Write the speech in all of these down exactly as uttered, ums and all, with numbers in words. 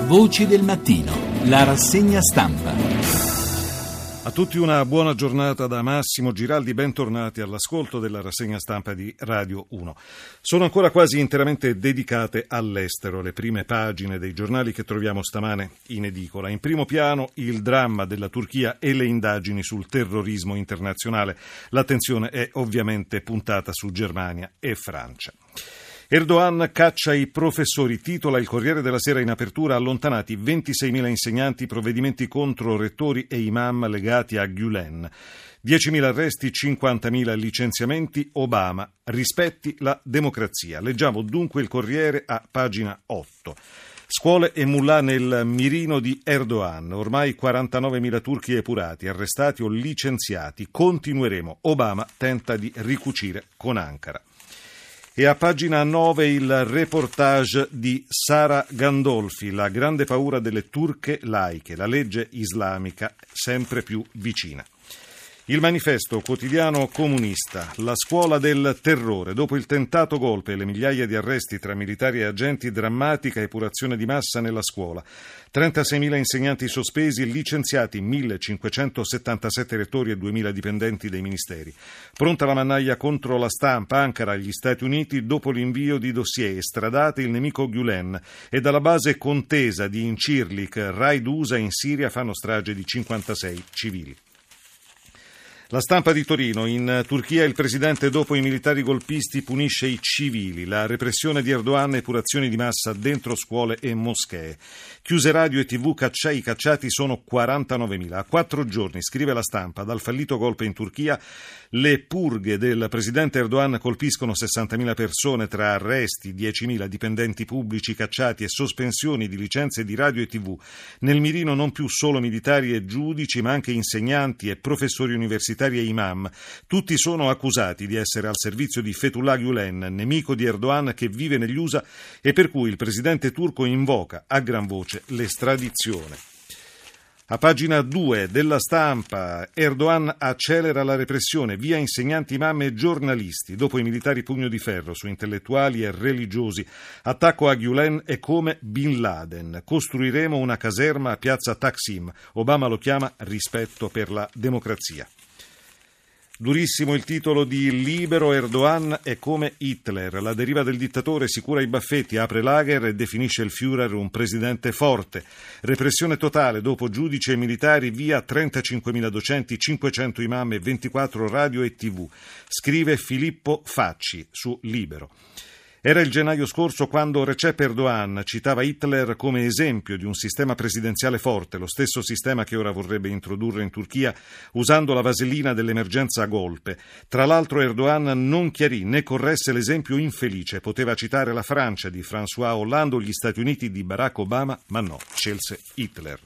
Voci del mattino, la rassegna stampa. A tutti una buona giornata da Massimo Giraldi, bentornati all'ascolto della rassegna stampa di Radio uno. Sono ancora quasi interamente dedicate all'estero le prime pagine dei giornali che troviamo stamane in edicola. In primo piano il dramma della Turchia e le indagini sul terrorismo internazionale. L'attenzione è ovviamente puntata su Germania e Francia. Erdogan caccia i professori, titola il Corriere della Sera in apertura, allontanati ventiseimila insegnanti, provvedimenti contro rettori e imam legati a Gülen. diecimila arresti, cinquantamila licenziamenti, Obama rispetti la democrazia. Leggiamo dunque il Corriere a pagina otto. Scuole e mullah nel mirino di Erdogan, ormai quarantanovemila turchi epurati, arrestati o licenziati. Continueremo, Obama tenta di ricucire con Ankara. E a pagina nove il reportage di Sara Gandolfi, la grande paura delle turche laiche, la legge islamica sempre più vicina. Il Manifesto, quotidiano comunista, la scuola del terrore. Dopo il tentato golpe e le migliaia di arresti tra militari e agenti, drammatica epurazione di massa nella scuola. trentaseimila insegnanti sospesi e licenziati, millecinquecentosettantasette rettori e duemila dipendenti dei ministeri. Pronta la mannaia contro la stampa, Ankara agli Stati Uniti dopo l'invio di dossier, estradate il nemico Gülen e dalla base contesa di Incirlik, raid U S A in Siria fanno strage di cinquantasei civili. La Stampa di Torino, in Turchia il presidente dopo i militari golpisti punisce i civili, la repressione di Erdogan e epurazioni di massa dentro scuole e moschee. Chiuse radio e tv, caccia, i cacciati sono quarantanovemila. A quattro giorni, scrive la Stampa, dal fallito golpe in Turchia, le purghe del presidente Erdogan colpiscono sessantamila persone tra arresti, diecimila dipendenti pubblici cacciati e sospensioni di licenze di radio e tv. Nel mirino non più solo militari e giudici, ma anche insegnanti e professori universitari e imam. Tutti sono accusati di essere al servizio di Fethullah Gülen, nemico di Erdogan che vive negli U S A e per cui il presidente turco invoca a gran voce l'estradizione. A pagina due della Stampa, Erdogan accelera la repressione, via insegnanti, imam e giornalisti. Dopo i militari pugno di ferro su intellettuali e religiosi, attacco a Gülen è come Bin Laden. Costruiremo una caserma a piazza Taksim. Obama lo chiama rispetto per la democrazia. Durissimo il titolo di Libero, Erdogan è come Hitler, la deriva del dittatore, si cura i baffetti, apre lager e definisce il Führer un presidente forte. Repressione totale, dopo giudici e militari, via trentacinquemila docenti, cinquecento imam e ventiquattro radio e tv. Scrive Filippo Facci su Libero. Era il gennaio scorso quando Recep Erdogan citava Hitler come esempio di un sistema presidenziale forte, lo stesso sistema che ora vorrebbe introdurre in Turchia usando la vasellina dell'emergenza a golpe. Tra l'altro Erdogan non chiarì né corresse l'esempio infelice, poteva citare la Francia di François Hollande o gli Stati Uniti di Barack Obama, ma no, scelse Hitler.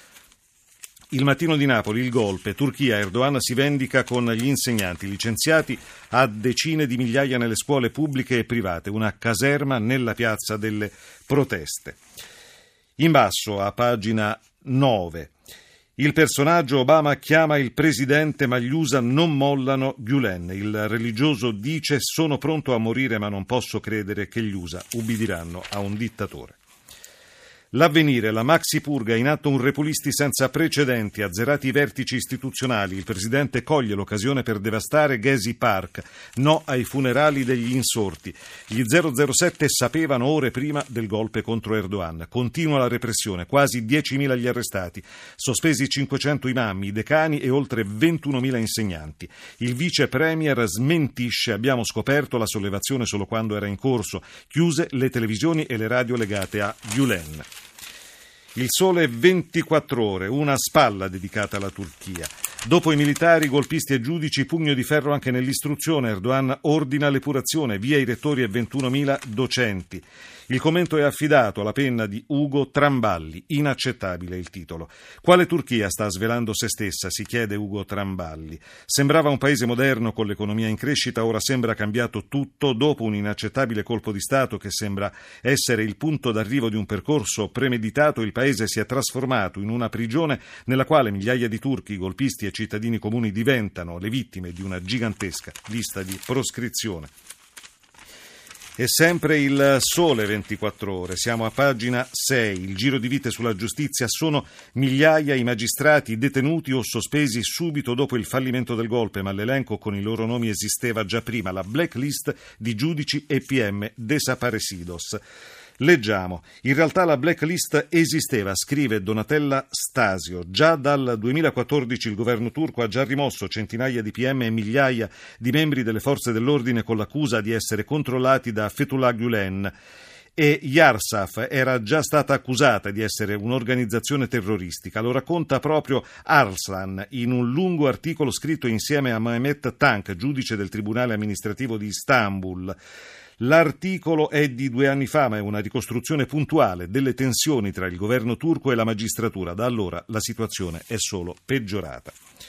Il Mattino di Napoli, il golpe, Turchia, Erdogan si vendica con gli insegnanti licenziati a decine di migliaia nelle scuole pubbliche e private, una caserma nella piazza delle proteste. In basso, a pagina nove, il personaggio Obama chiama il presidente ma gli U S A non mollano Gülen. Il religioso dice sono pronto a morire ma non posso credere che gli U S A ubbidiranno a un dittatore. L'Avvenire, la maxi purga, in atto un repulisti senza precedenti, azzerati i vertici istituzionali, il presidente coglie l'occasione per devastare Gezi Park, no ai funerali degli insorti. Gli zero zero sette sapevano ore prima del golpe contro Erdogan. Continua la repressione, quasi diecimila gli arrestati, sospesi cinquecento imam, i decani e oltre ventunomila insegnanti. Il vice premier smentisce, abbiamo scoperto la sollevazione solo quando era in corso, chiuse le televisioni e le radio legate a Gülen. Il Sole ventiquattro Ore, una spalla dedicata alla Turchia. Dopo i militari, golpisti e giudici, pugno di ferro anche nell'istruzione. Erdogan ordina l'epurazione, via i rettori e ventunomila docenti. Il commento è affidato alla penna di Ugo Tramballi. Inaccettabile il titolo. Quale Turchia sta svelando se stessa? Si chiede Ugo Tramballi. Sembrava un paese moderno con l'economia in crescita, ora sembra cambiato tutto. Dopo un inaccettabile colpo di Stato che sembra essere il punto d'arrivo di un percorso premeditato, il paese si è trasformato in una prigione nella quale migliaia di turchi, golpisti e cittadini comuni diventano le vittime di una gigantesca lista di proscrizione. E sempre il Sole ventiquattro Ore, siamo a pagina sei, il giro di vite sulla giustizia, sono migliaia i magistrati detenuti o sospesi subito dopo il fallimento del golpe, ma l'elenco con i loro nomi esisteva già prima, la blacklist di giudici e P M desaparecidos. Leggiamo, in realtà la blacklist esisteva, scrive Donatella Stasio. Già dal duemilaquattordici il governo turco ha già rimosso centinaia di P M e migliaia di membri delle forze dell'ordine con l'accusa di essere controllati da Fethullah Gülen. E Yarsaf era già stata accusata di essere un'organizzazione terroristica. Lo racconta proprio Arslan in un lungo articolo scritto insieme a Mehmet Tank, giudice del Tribunale amministrativo di Istanbul. L'articolo è di due anni fa, ma è una ricostruzione puntuale delle tensioni tra il governo turco e la magistratura. Da allora la situazione è solo peggiorata.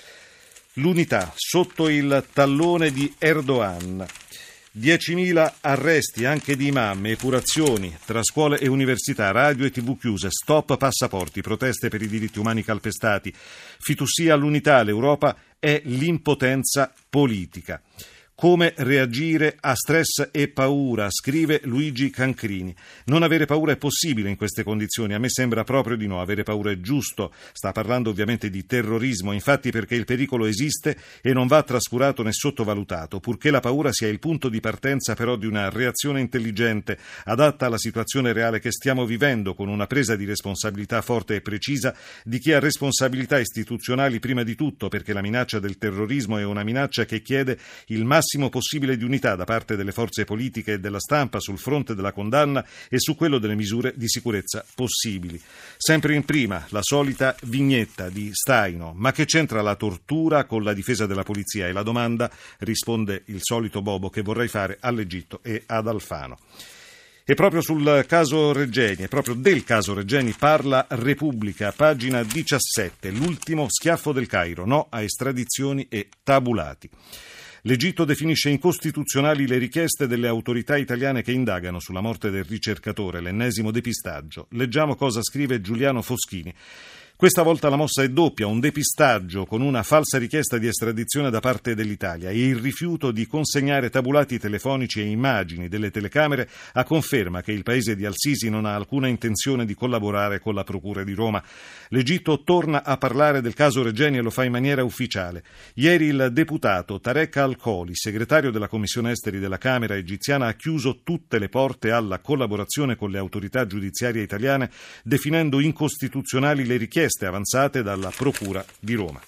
L'Unità, sotto il tallone di Erdogan. diecimila arresti anche di imam, epurazioni tra scuole e università, radio e tv chiuse, stop passaporti, proteste per i diritti umani calpestati. Fitussia all'unità, l'Europa è l'impotenza politica. Come reagire a stress e paura, scrive Luigi Cancrini. Non avere paura è possibile in queste condizioni, a me sembra proprio di no, avere paura è giusto. Sta parlando ovviamente di terrorismo, infatti perché il pericolo esiste e non va trascurato né sottovalutato, purché la paura sia il punto di partenza però di una reazione intelligente, adatta alla situazione reale che stiamo vivendo, con una presa di responsabilità forte e precisa di chi ha responsabilità istituzionali prima di tutto, perché la minaccia del terrorismo è una minaccia che chiede il massimo massimo possibile di unità da parte delle forze politiche e della stampa sul fronte della condanna e su quello delle misure di sicurezza possibili. Sempre in prima, la solita vignetta di Staino. Ma che c'entra la tortura con la difesa della polizia? E la domanda, risponde il solito Bobo, che vorrei fare all'Egitto e ad Alfano. E proprio sul caso Regeni, e proprio del caso Regeni parla Repubblica, pagina diciassette, l'ultimo schiaffo del Cairo, no a estradizioni e tabulati. L'Egitto definisce incostituzionali le richieste delle autorità italiane che indagano sulla morte del ricercatore, l'ennesimo depistaggio. Leggiamo cosa scrive Giuliano Foschini. Questa volta la mossa è doppia, un depistaggio con una falsa richiesta di estradizione da parte dell'Italia e il rifiuto di consegnare tabulati telefonici e immagini delle telecamere a conferma che il paese di Al-Sisi non ha alcuna intenzione di collaborare con la Procura di Roma. L'Egitto torna a parlare del caso Regeni e lo fa in maniera ufficiale. Ieri il deputato Tarek Al-Kholi, segretario della Commissione Esteri della Camera egiziana, ha chiuso tutte le porte alla collaborazione con le autorità giudiziarie italiane, definendo incostituzionali le richieste avanzate dalla Procura di Roma.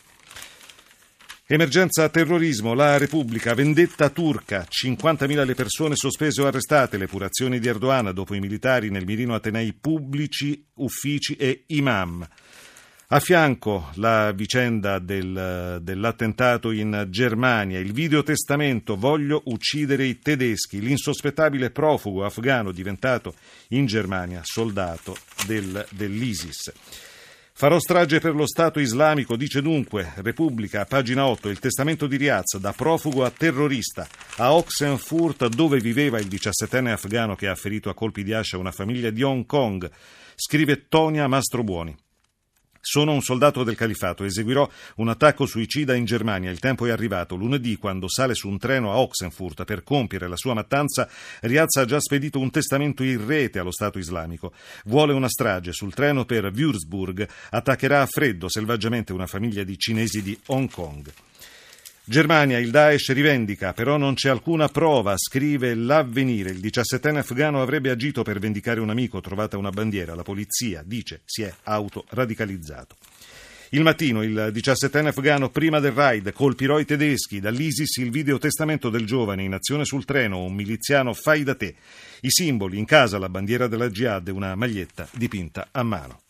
Emergenza terrorismo, la Repubblica, vendetta turca, cinquantamila le persone sospese o arrestate, le epurazioni di Erdogan dopo i militari nel mirino atenei pubblici, uffici e imam. A fianco la vicenda del, dell'attentato in Germania, il videotestamento voglio uccidere i tedeschi, l'insospettabile profugo afgano diventato in Germania soldato del, dell'ISIS. Farò strage per lo Stato islamico, dice dunque Repubblica, pagina otto, il testamento di Riaz, da profugo a terrorista, a Oxenfurt, dove viveva il diciassettenne afgano che ha ferito a colpi di ascia una famiglia di Hong Kong, scrive Tonia Mastrobuoni. Sono un soldato del califfato, eseguirò un attacco suicida in Germania. Il tempo è arrivato. Lunedì, quando sale su un treno a Oxenfurt per compiere la sua mattanza, Riaz ha già spedito un testamento in rete allo Stato islamico. Vuole una strage sul treno per Würzburg, attaccherà a freddo selvaggiamente una famiglia di cinesi di Hong Kong. Germania, il Daesh rivendica, però non c'è alcuna prova, scrive l'Avvenire. Il diciassettenne afgano avrebbe agito per vendicare un amico, trovata una bandiera. La polizia dice si è autoradicalizzato. Il Mattino, il diciassettenne afgano prima del raid, colpirò i tedeschi, dall'ISIS il videotestamento del giovane in azione sul treno, un miliziano fai da te. I simboli, in casa la bandiera della Jihad e una maglietta dipinta a mano.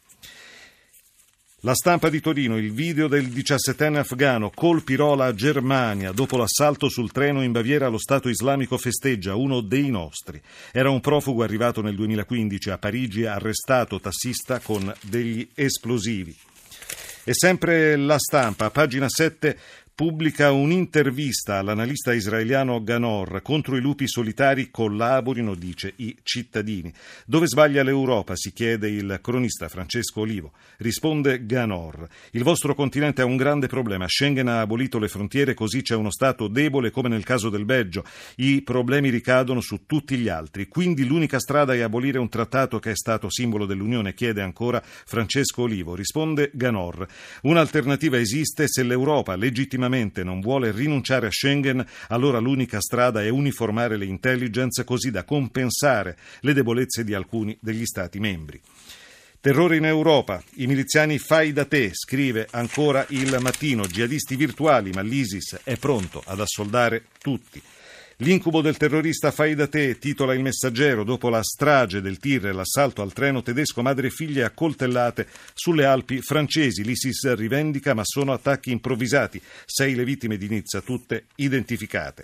La Stampa di Torino, il video del diciassettenne afgano, colpirò la Germania, dopo l'assalto sul treno in Baviera lo Stato islamico festeggia, uno dei nostri. Era un profugo arrivato nel duemilaquindici a Parigi, arrestato tassista con degli esplosivi. E sempre La Stampa, pagina sette, pubblica un'intervista all'analista israeliano Ganor. Contro i lupi solitari collaborino, dice, i cittadini. Dove sbaglia l'Europa? Si chiede il cronista Francesco Olivo. Risponde Ganor: il vostro continente ha un grande problema. Schengen ha abolito le frontiere, così c'è uno Stato debole come nel caso del Belgio. I problemi ricadono su tutti gli altri. Quindi l'unica strada è abolire un trattato che è stato simbolo dell'Unione, chiede ancora Francesco Olivo. Risponde Ganor: un'alternativa esiste. Se l'Europa legittimamente non vuole rinunciare a Schengen, allora l'unica strada è uniformare le intelligence, così da compensare le debolezze di alcuni degli Stati membri. Terrore in Europa, i miliziani fai da te, scrive ancora Il Mattino, jihadisti virtuali, ma l'ISIS è pronto ad assoldare tutti. L'incubo del terrorista fai da te, titola Il Messaggero, dopo la strage del tir e l'assalto al treno tedesco, madre e figlie accoltellate sulle Alpi francesi. L'ISIS rivendica, ma sono attacchi improvvisati. Sei le vittime di Nizza, tutte identificate.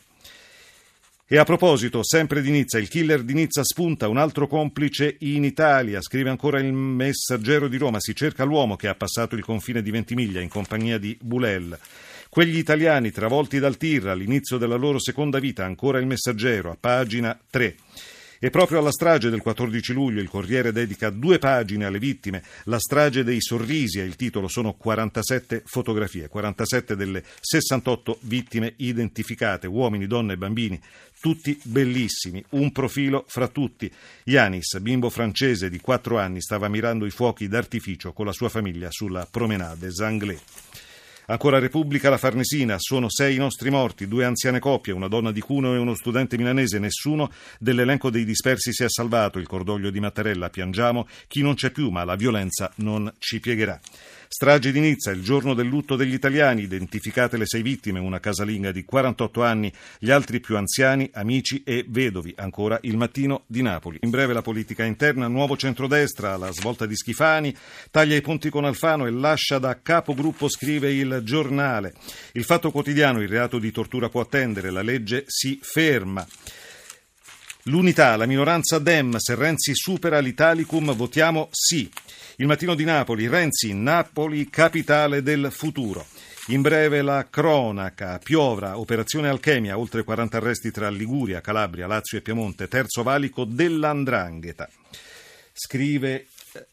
E a proposito, sempre di Nizza, il killer di Nizza spunta, un altro complice in Italia, scrive ancora Il Messaggero di Roma. Si cerca l'uomo che ha passato il confine di Ventimiglia in compagnia di Bulel. Quegli italiani travolti dal tir all'inizio della loro seconda vita, ancora Il Messaggero, a pagina tre. E proprio alla strage del quattordici luglio il Corriere dedica due pagine alle vittime. La strage dei sorrisi è il titolo, sono quarantasette fotografie, quarantasette delle sessantotto vittime identificate, uomini, donne e bambini, tutti bellissimi, un profilo fra tutti. Yanis, bimbo francese di quattro anni, stava mirando i fuochi d'artificio con la sua famiglia sulla promenade Zanglais. Ancora Repubblica, la Farnesina, sono sei i nostri morti, due anziane coppie, una donna di Cuneo e uno studente milanese, nessuno dell'elenco dei dispersi si è salvato, il cordoglio di Mattarella, piangiamo chi non c'è più, ma la violenza non ci piegherà. Strage di Nizza, il giorno del lutto degli italiani, identificate le sei vittime, una casalinga di quarantotto anni, gli altri più anziani, amici e vedovi. Ancora Il Mattino di Napoli. In breve la politica interna, nuovo centrodestra, la svolta di Schifani, taglia i ponti con Alfano e lascia da capogruppo, scrive Il Giornale. Il Fatto Quotidiano, il reato di tortura può attendere, la legge si ferma. L'Unità, la minoranza Dem, se Renzi supera l'Italicum votiamo sì. Il Mattino di Napoli, Renzi, Napoli, capitale del futuro. In breve la cronaca, Piovra, operazione Alchemia, oltre quaranta arresti tra Liguria, Calabria, Lazio e Piemonte, terzo valico dell'Andrangheta. Scrive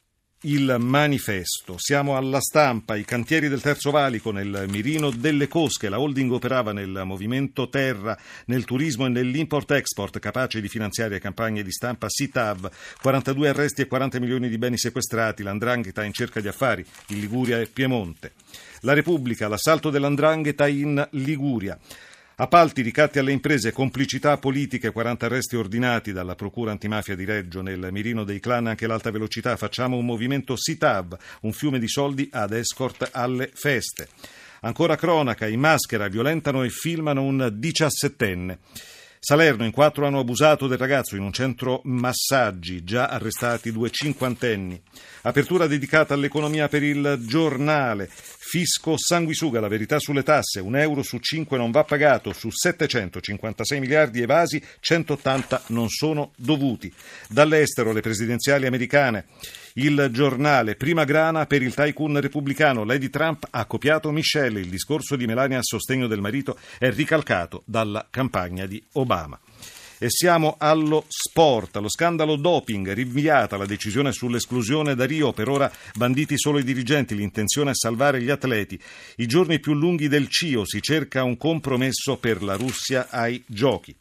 Il Manifesto. Siamo alla Stampa, i cantieri del terzo valico nel mirino delle cosche. La holding operava nel movimento terra, nel turismo e nell'import-export, capace di finanziare campagne di stampa S I T A V. quarantadue arresti e quaranta milioni di beni sequestrati. L'Andrangheta in cerca di affari in Liguria e Piemonte. La Repubblica, l'assalto dell'Andrangheta in Liguria. Appalti, ricatti alle imprese, complicità politiche, quaranta arresti ordinati dalla Procura Antimafia di Reggio. Nel mirino dei clan anche l'alta velocità. Facciamo un movimento S I T A V, un fiume di soldi ad escort alle feste. Ancora cronaca, in maschera violentano e filmano un diciassettenne. Salerno, in quattro hanno abusato del ragazzo in un centro massaggi, già arrestati due cinquantenni. Apertura dedicata all'economia per Il Giornale. Fisco sanguisuga, la verità sulle tasse, un euro su cinque non va pagato, su settecentocinquantasei miliardi evasi, centottanta non sono dovuti. Dall'estero le presidenziali americane. Il Giornale, prima grana per il tycoon repubblicano, Lady Trump ha copiato Michelle, il discorso di Melania a sostegno del marito è ricalcato dalla campagna di Obama. E siamo allo sport, allo scandalo doping, rinviata la decisione sull'esclusione da Rio, per ora banditi solo i dirigenti, l'intenzione è salvare gli atleti. I giorni più lunghi del C I O, si cerca un compromesso per la Russia ai giochi.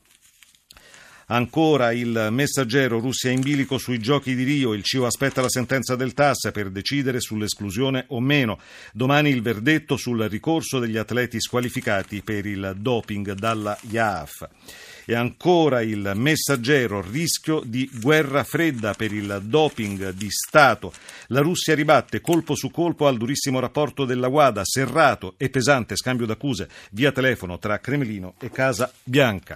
Ancora Il Messaggero, Russia in bilico sui giochi di Rio, il C I O aspetta la sentenza del T A S per decidere sull'esclusione o meno. Domani il verdetto sul ricorso degli atleti squalificati per il doping dalla I A F. E ancora Il Messaggero, rischio di guerra fredda per il doping di Stato. La Russia ribatte colpo su colpo al durissimo rapporto della WADA, serrato e pesante scambio d'accuse via telefono tra Cremlino e Casa Bianca.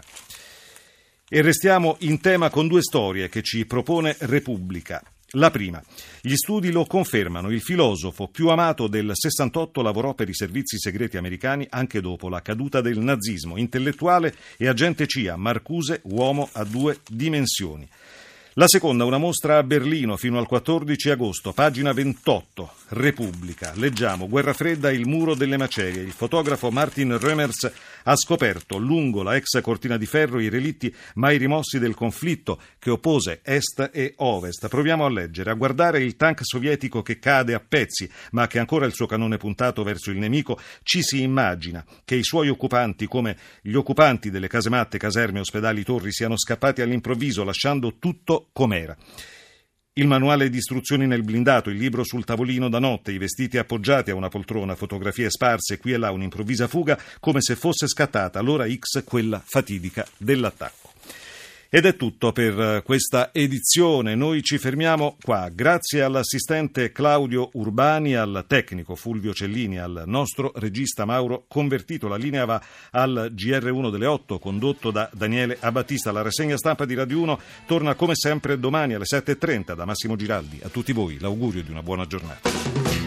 E restiamo in tema con due storie che ci propone Repubblica. La prima, gli studi lo confermano, il filosofo più amato del sessantotto lavorò per i servizi segreti americani anche dopo la caduta del nazismo, intellettuale e agente C I A, Marcuse, uomo a due dimensioni. La seconda, una mostra a Berlino fino al quattordici agosto, pagina ventotto, Repubblica. Leggiamo: Guerra fredda, il muro delle macerie. Il fotografo Martin Römers ha scoperto lungo la ex cortina di ferro i relitti mai rimossi del conflitto che oppose est e ovest. Proviamo a leggere, a guardare il tank sovietico che cade a pezzi, ma che ancora il suo cannone puntato verso il nemico. Ci si immagina che i suoi occupanti, come gli occupanti delle casematte, caserme, ospedali, torri, siano scappati all'improvviso, lasciando tutto com'era. Il manuale di istruzioni nel blindato, il libro sul tavolino da notte, i vestiti appoggiati a una poltrona, fotografie sparse qui e là, un'improvvisa fuga, come se fosse scattata l'ora X, quella fatidica dell'attacco. Ed è tutto per questa edizione. Noi ci fermiamo qua. Grazie all'assistente Claudio Urbani, al tecnico Fulvio Cellini, al nostro regista Mauro Convertito. La linea va al G R uno delle otto, condotto da Daniele Abbattista. La rassegna stampa di Radio uno torna come sempre domani alle sette e trenta da Massimo Giraldi. A tutti voi l'augurio di una buona giornata.